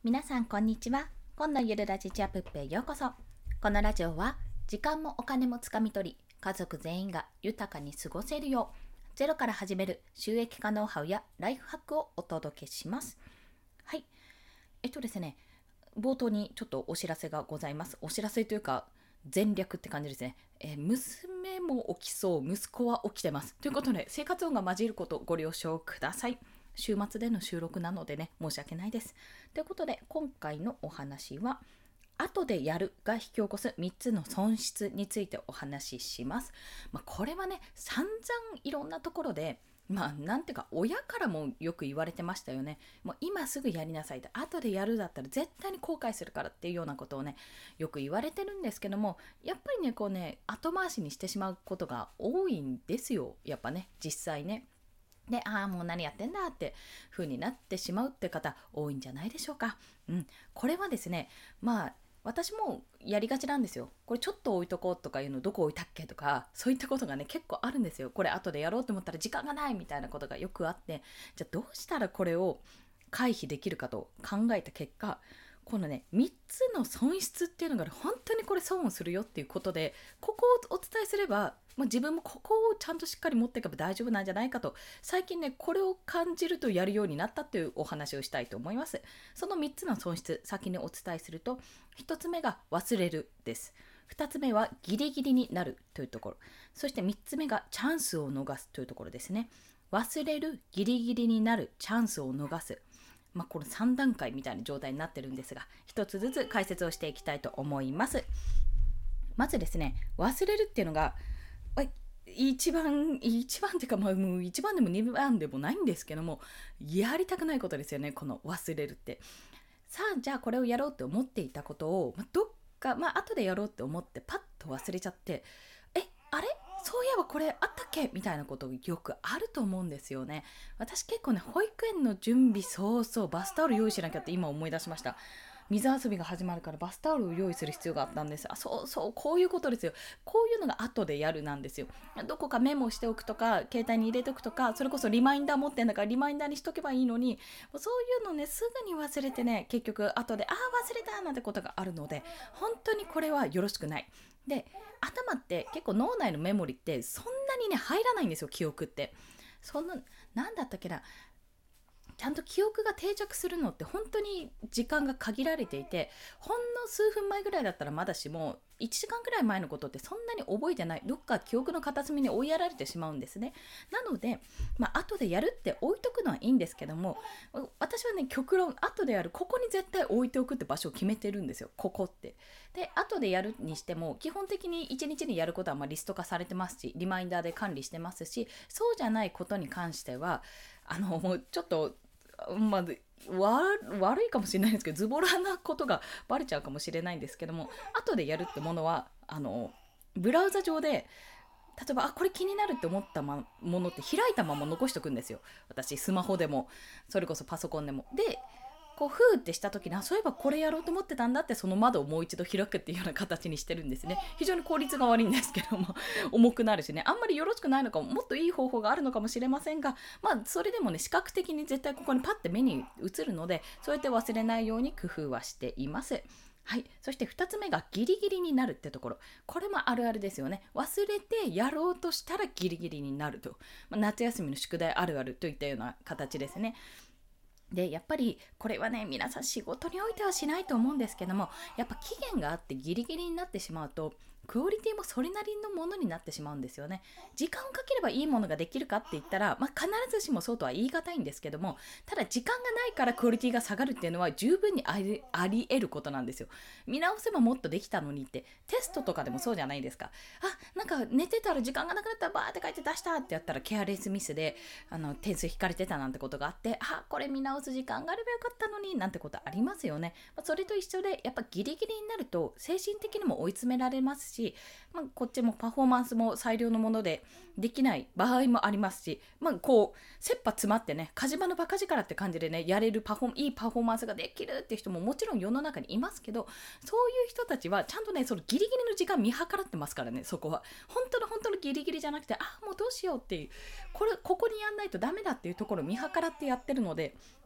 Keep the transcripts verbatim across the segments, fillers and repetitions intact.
皆さんこんにちは。今のゆるラジチアップへようこそ。このラジオは時間もお金もつかみ取り、家族全員が豊かに過ごせるようゼロから始める収益化ノウハウやライフハックをお届けします。はい。えっとですね、冒頭にちょっとお知らせがございます。お知らせというか全略って感じですね。えー娘も起きそう、息子は起きてます。ということで生活音が混じることご了承ください。週末での収録なのでね、申し訳ないです。ということで、今回のお話は、後でやるが引き起こすみっつの損失についてお話しします。まあ、これはね、散々いろんなところで、まあ、なんていうか、親からもよく言われてましたよね。もう今すぐやりなさいって、後でやるだったら絶対に後悔するからっていうようなことをね、よく言われてるんですけども、やっぱりね、こうね、後回しにしてしまうことが多いんですよ。やっぱね、実際ね。で、ああ、もう何やってんだって風になってしまうって方多いんじゃないでしょうか。うん。これはですね、まあ、私もやりがちなんですよ。これちょっと置いとこうとかいうのどこ置いたっけとか、そういったことがね、結構あるんですよ。これ後でやろうと思ったら時間がないみたいなことがよくあって、じゃあどうしたらこれを回避できるかと考えた結果、このね、みっつの損失っていうのが本当にこれ損をするよっていうことで、ここをお伝えすれば、まあ、自分もここをちゃんとしっかり持っていけば大丈夫なんじゃないかと、最近ね、これを感じるとやるようになったというお話をしたいと思います。そのみっつの損失、先にお伝えすると、ひとつめが忘れるです。ふたつめはギリギリになるというところ。そしてみっつめがチャンスを逃すというところですね。忘れる、ギリギリになる、チャンスを逃す。まあ、このさん段階みたいな状態になってるんですが、一つずつ解説をしていきたいと思います。まずですね、忘れるっていうのが、一番、一番っていうか、まあ、もう一番でも二番でもないんですけども、やりたくないことですよね、この忘れるって。さあ、じゃあこれをやろうって思っていたことを、まあ、どっか、まあ、後でやろうって思ってパッと忘れちゃって、え、あれそういえばこれあったっけみたいなことよくあると思うんですよね。私結構ね、保育園の準備早々バスタオル用意しなきゃって今思い出しました。水遊びが始まるからバスタオルを用意する必要があったんです。あ、そうそう、こういうことですよ。こういうのが後でやるなんですよ。どこかメモしておくとか、携帯に入れておくとか、それこそリマインダー持ってんだからリマインダーにしとけばいいのに、そういうのね、すぐに忘れてね、結局後で、ああ、忘れたなんてことがあるので、本当にこれはよろしくない。で、頭って結構脳内のメモリってそんなにね、入らないんですよ、記憶って。そんな、なんだったっけな、ちゃんと記憶が定着するのって本当に時間が限られていて、ほんの数分前ぐらいだったらまだしもいちじかんぐらい前のことってそんなに覚えてない、どっか記憶の片隅に追いやられてしまうんですね。なので、まあ後でやるって置いとくのはいいんですけども、私はね、極論後でやる、ここに絶対置いておくって場所を決めてるんですよ、ここって。で、後でやるにしても基本的にいちにちにやることはまあリスト化されてますし、リマインダーで管理してますし、そうじゃないことに関してはあのもうちょっと、まあ、悪いかもしれないですけど、ズボラなことがバレちゃうかもしれないんですけども、後でやるってものはあのブラウザ上で、例えばあこれ気になるって思ったものって開いたまま残しておくんですよ。私スマホでもそれこそパソコンでも。で、こうフーってした時に、あそういえばこれやろうと思ってたんだって、その窓をもう一度開くっていうような形にしてるんですね。非常に効率が悪いんですけども重くなるしね、あんまりよろしくないのかも、もっといい方法があるのかもしれませんが、まあそれでもね、視覚的に絶対ここにパッて目に映るので、そうやって忘れないように工夫はしています。はい、そしてふたつめがギリギリになるってところ。これもあるあるですよね。忘れてやろうとしたらギリギリになると、まあ、夏休みの宿題あるあるといったような形ですね。でやっぱりこれはね、皆さん仕事においてはしないと思うんですけども、やっぱ期限があってギリギリになってしまうと、クオリティもそれなりのものになってしまうんですよね。時間をかければいいものができるかって言ったら、まあ、必ずしもそうとは言い難いんですけども、ただ時間がないからクオリティが下がるっていうのは十分にありあり得ることなんですよ。見直せばもっとできたのにって、テストとかでもそうじゃないですか。あ、なんか寝てたら時間がなくなったらバーって書いて出したってやったらケアレスミスであの点数引かれてたなんてことがあって、あこれ見直す時間があればよかったのになんてことありますよね。まあ、それと一緒で、やっぱギリギリになると精神的にも追い詰められますし、まあ、こっちもパフォーマンスも最良のものでできない場合もありますし、まあ、こう切羽詰まってね、火事場のバカ力って感じでね、やれるパフォーいいパフォーマンスができるっていう人ももちろん世の中にいますけど、そういう人たちはちゃんとね、そのギリギリの時間見計らってますからね。そこは本当の本当のギリギリじゃなくて、あもうどうしようっていう、これここにやんないとダメだっていうところを見計らってやってるので、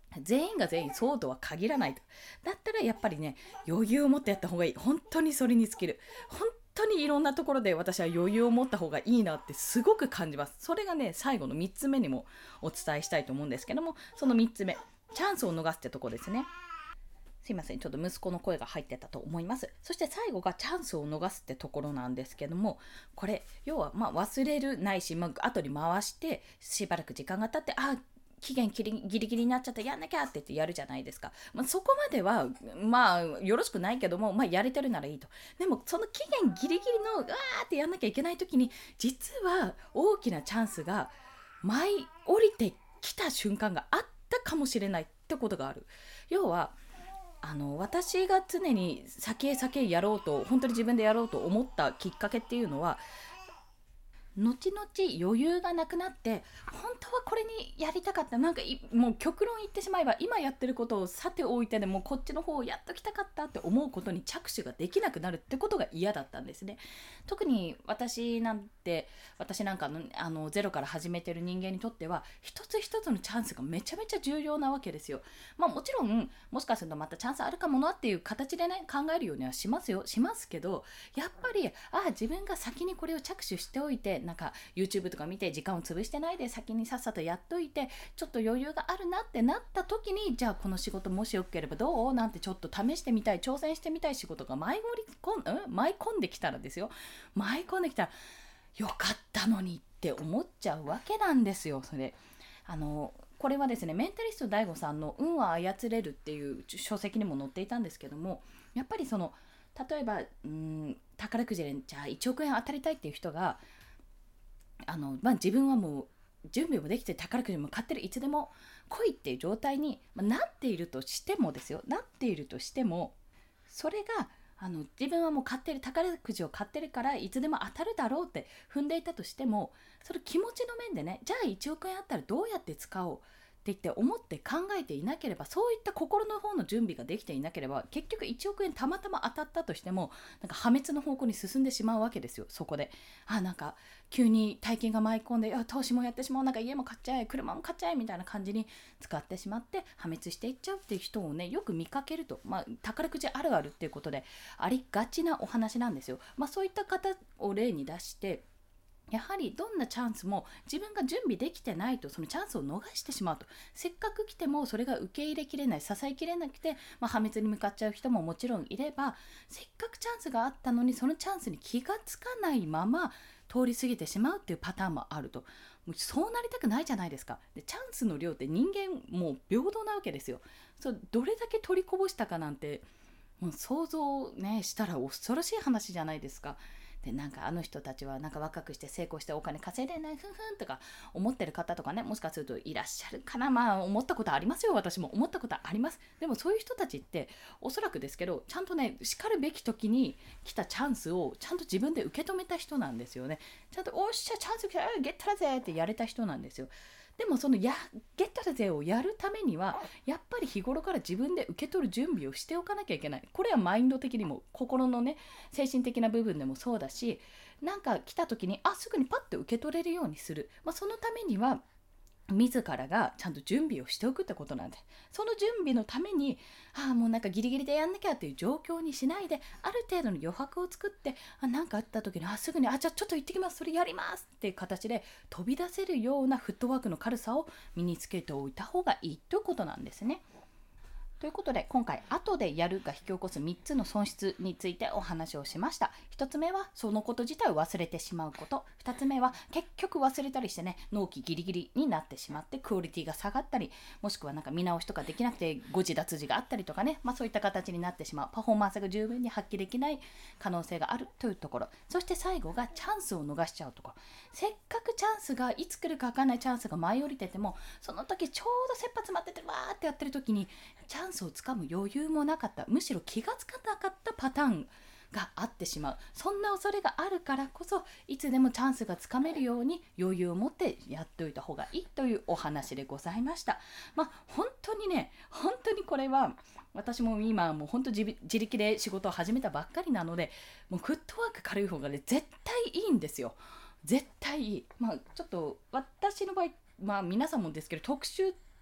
全員が全員そうとは限らないと。だったらやっぱりね、余裕を持ってやった方がいい。本当にそれに尽きる。本当にいろんなところで私は余裕を持った方がいいなってすごく感じます。それがね、最後のみっつめにもお伝えしたいと思うんですけども、そのみっつめ、チャンスを逃すってとこですね。すいません、ちょっと息子の声が入ってたと思います。そして最後がチャンスを逃すってところなんですけども、これ要はまあ忘れるないし、まあ後に回してしばらく時間が経って、あ、期限ギリギリになっちゃってやんなきゃって言ってやるじゃないですか。まあ、そこまではまあよろしくないけども、まあ、やれてるならいいと。でもその期限ギリギリのうわーってやんなきゃいけない時に、実は大きなチャンスが舞い降りてきた瞬間があったかもしれないってことがある。要はあの私が常に先へ先へやろうと、本当に自分でやろうと思ったきっかけっていうのは、後々余裕がなくなって、本当はこれにやりたかった、なんかもう極論言ってしまえば、今やってることをさておいてでもこっちの方をやっときたかったって思うことに着手ができなくなるってことが嫌だったんですね。特に私なんて私なんかのあのゼロから始めてる人間にとっては、一つ一つのチャンスがめちゃめちゃ重要なわけですよ。まあもちろんもしかするとまたチャンスあるかもなっていう形でね、考えるようにはしますよしますけど、やっぱりああ自分が先にこれを着手しておいて、なんか YouTube とか見て時間を潰してないで先にさっさとやっといて、ちょっと余裕があるなってなった時に、じゃあこの仕事もしよければどうなんてちょっと試してみたい、挑戦してみたい仕事が舞い込ん、うん、舞い込んできたらですよ、舞い込んできたらよかったのにって思っちゃうわけなんですよ。それあのこれはですね、メンタリスト ダイゴ さんの運は操れるっていう書籍にも載っていたんですけども、やっぱりその例えばうーん宝くじでじゃあいちおくえん当たりたいっていう人が、あの、まあ、自分はもう準備もできて宝くじも買ってる、いつでも来いっていう状態に、まあ、なっているとしてもですよ、なっているとしても、それがあの自分はもう買ってる、宝くじを買ってるからいつでも当たるだろうって踏んでいたとしても、その気持ちの面でね、じゃあいちおくえんあったらどうやって使おうって言って思って考えていなければ、そういった心の方の準備ができていなければ、結局いちおくえんたまたま当たったとしても、なんか破滅の方向に進んでしまうわけですよ。そこであなんか急に大金が舞い込んで、投資もやってしまう、なんか家も買っちゃえ、車も買っちゃえみたいな感じに使ってしまって破滅していっちゃうっていう人をね、よく見かけると、まあ、宝くじあるあるっていうことでありがちなお話なんですよ。まあ、そういった方を例に出して、やはりどんなチャンスも自分が準備できてないと、そのチャンスを逃してしまうと。せっかく来てもそれが受け入れきれない、支えきれなくて、まあ、破滅に向かっちゃう人ももちろんいれば、せっかくチャンスがあったのにそのチャンスに気がつかないまま通り過ぎてしまうっていうパターンもあると。もうそうなりたくないじゃないですか。でチャンスの量って人間もう平等なわけですよ。そうどれだけ取りこぼしたかなんて、もう想像ねしたら恐ろしい話じゃないですか。でなんかあの人たちはなんか若くして成功してお金稼いでないふんふんとか思ってる方とかね、もしかするといらっしゃるかな。まあ思ったことありますよ、私も思ったことあります。でもそういう人たちっておそらくですけど、ちゃんとねしかるべき時に来たチャンスをちゃんと自分で受け止めた人なんですよね。ちゃんとおっしゃチャンス来たゲットだぜってやれた人なんですよ。でもそのやゲットだぜをやるためにはやっぱり日頃から自分で受け取る準備をしておかなきゃいけない。これはマインド的にも心のね精神的な部分でもそうだし、なんか来た時にあすぐにパッと受け取れるようにする、まあ、そのためには自らがちゃんと準備をしておくってことなんで、その準備のためにああもうなんかギリギリでやんなきゃっていう状況にしないで、ある程度の余白を作って、あなんかあった時にあすぐにあじゃあちょっと行ってきます、それやりますっていう形で飛び出せるようなフットワークの軽さを身につけておいた方がいいということなんですね。ということで今回後でやるが引き起こすみっつの損失についてお話をしました。ひとつめはそのこと自体を忘れてしまうこと、ふたつめは結局忘れたりしてね納期ギリギリになってしまってクオリティが下がったり、もしくはなんか見直しとかできなくて誤字脱字があったりとかね、まあ、そういった形になってしまう、パフォーマンスが十分に発揮できない可能性があるというところ、そして最後がチャンスを逃しちゃうところ。せっかくチャンスがいつ来るか分かんないチャンスが舞い降りてても、その時ちょうど切羽詰まっててわーってやってる時にチャンスをつかむ余裕もなかった、むしろ気がつかなかったパターンがあってしまう。そんな恐れがあるからこそ、いつでもチャンスがつかめるように余裕を持ってやっておいた方がいいというお話でございました。まあ本当にね、本当にこれは私も今もう本当自自力で仕事を始めたばっかりなので、もうフットワーク軽い方がね絶対いいんですよ。絶対いい。まあちょっと私の場合、まあ皆さんもですけど特殊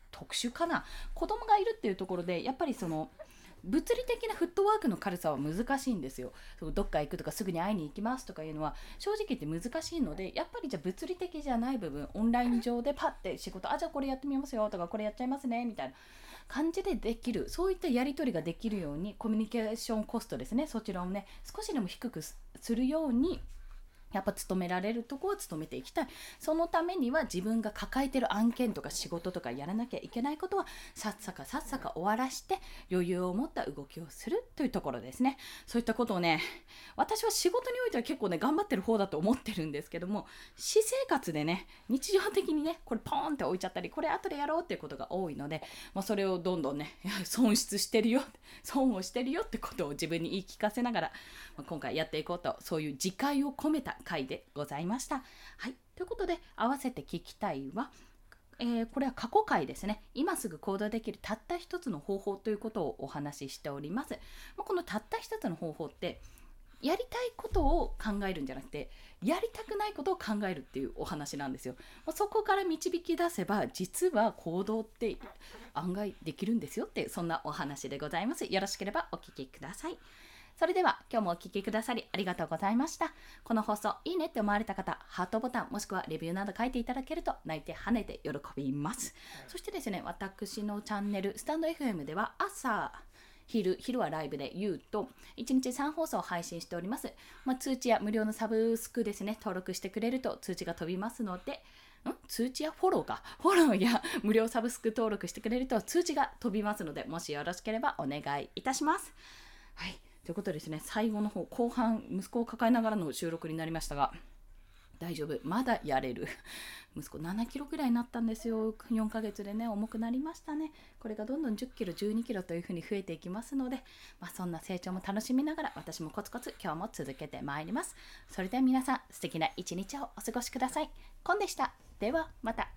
特殊かな。子供がいるっていうところでやっぱりその物理的なフットワークの軽さは難しいんですよ。そうどっか行くとかすぐに会いに行きますとかいうのは正直言って難しいので、やっぱりじゃあ物理的じゃない部分、オンライン上でパッて仕事、あじゃあこれやってみますよとかこれやっちゃいますねみたいな感じでできる、そういったやり取りができるようにコミュニケーションコストですね、そちらをね少しでも低くするようにやっぱ勤められるとこは勤めていきたい。そのためには自分が抱えてる案件とか仕事とかやらなきゃいけないことはさっさかさっさか終わらして余裕を持った動きをするというところですね。そういったことをね、私は仕事においては結構ね頑張ってる方だと思ってるんですけども、私生活でね日常的にねこれポーンって置いちゃったりこれ後でやろうっていうことが多いので、まあ、それをどんどんね損失してるよ損をしてるよってことを自分に言い聞かせながら、まあ、今回やっていこうと、そういう自戒を込めた回でございました。はい、ということで合わせて聞きたいは、えー、これは過去回ですね。今すぐ行動できるたった一つの方法ということをお話ししております。まあ、このたった一つの方法ってやりたいことを考えるんじゃなくてやりたくないことを考えるっていうお話なんですよ。まあ、そこから導き出せば実は行動って案外できるんですよっていう、そんなお話でございます。よろしければお聞きください。それでは今日もお聞きくださりありがとうございました。この放送いいねって思われた方、ハートボタンもしくはレビューなど書いていただけると泣いて跳ねて喜びます。そしてですね、私のチャンネルスタンド エフエム では朝昼、昼はライブで言うといちにちさん放送配信しております。まあ、通知や無料のサブスクですね、登録してくれると通知が飛びますので、ん通知やフォローかフォローや無料サブスク登録してくれると通知が飛びますので、もしよろしければお願いいたします。はい、ということでですね、最後の方後半息子を抱えながらの収録になりましたが、大丈夫、まだやれる。息子ななキロくらいになったんですよ。よんかげつでね重くなりましたね。これがどんどんじゅっキロじゅうにキロというふうに増えていきますので、まあ、そんな成長も楽しみながら私もコツコツ今日も続けてまいります。それでは皆さん素敵な一日をお過ごしください。コンでした。ではまた。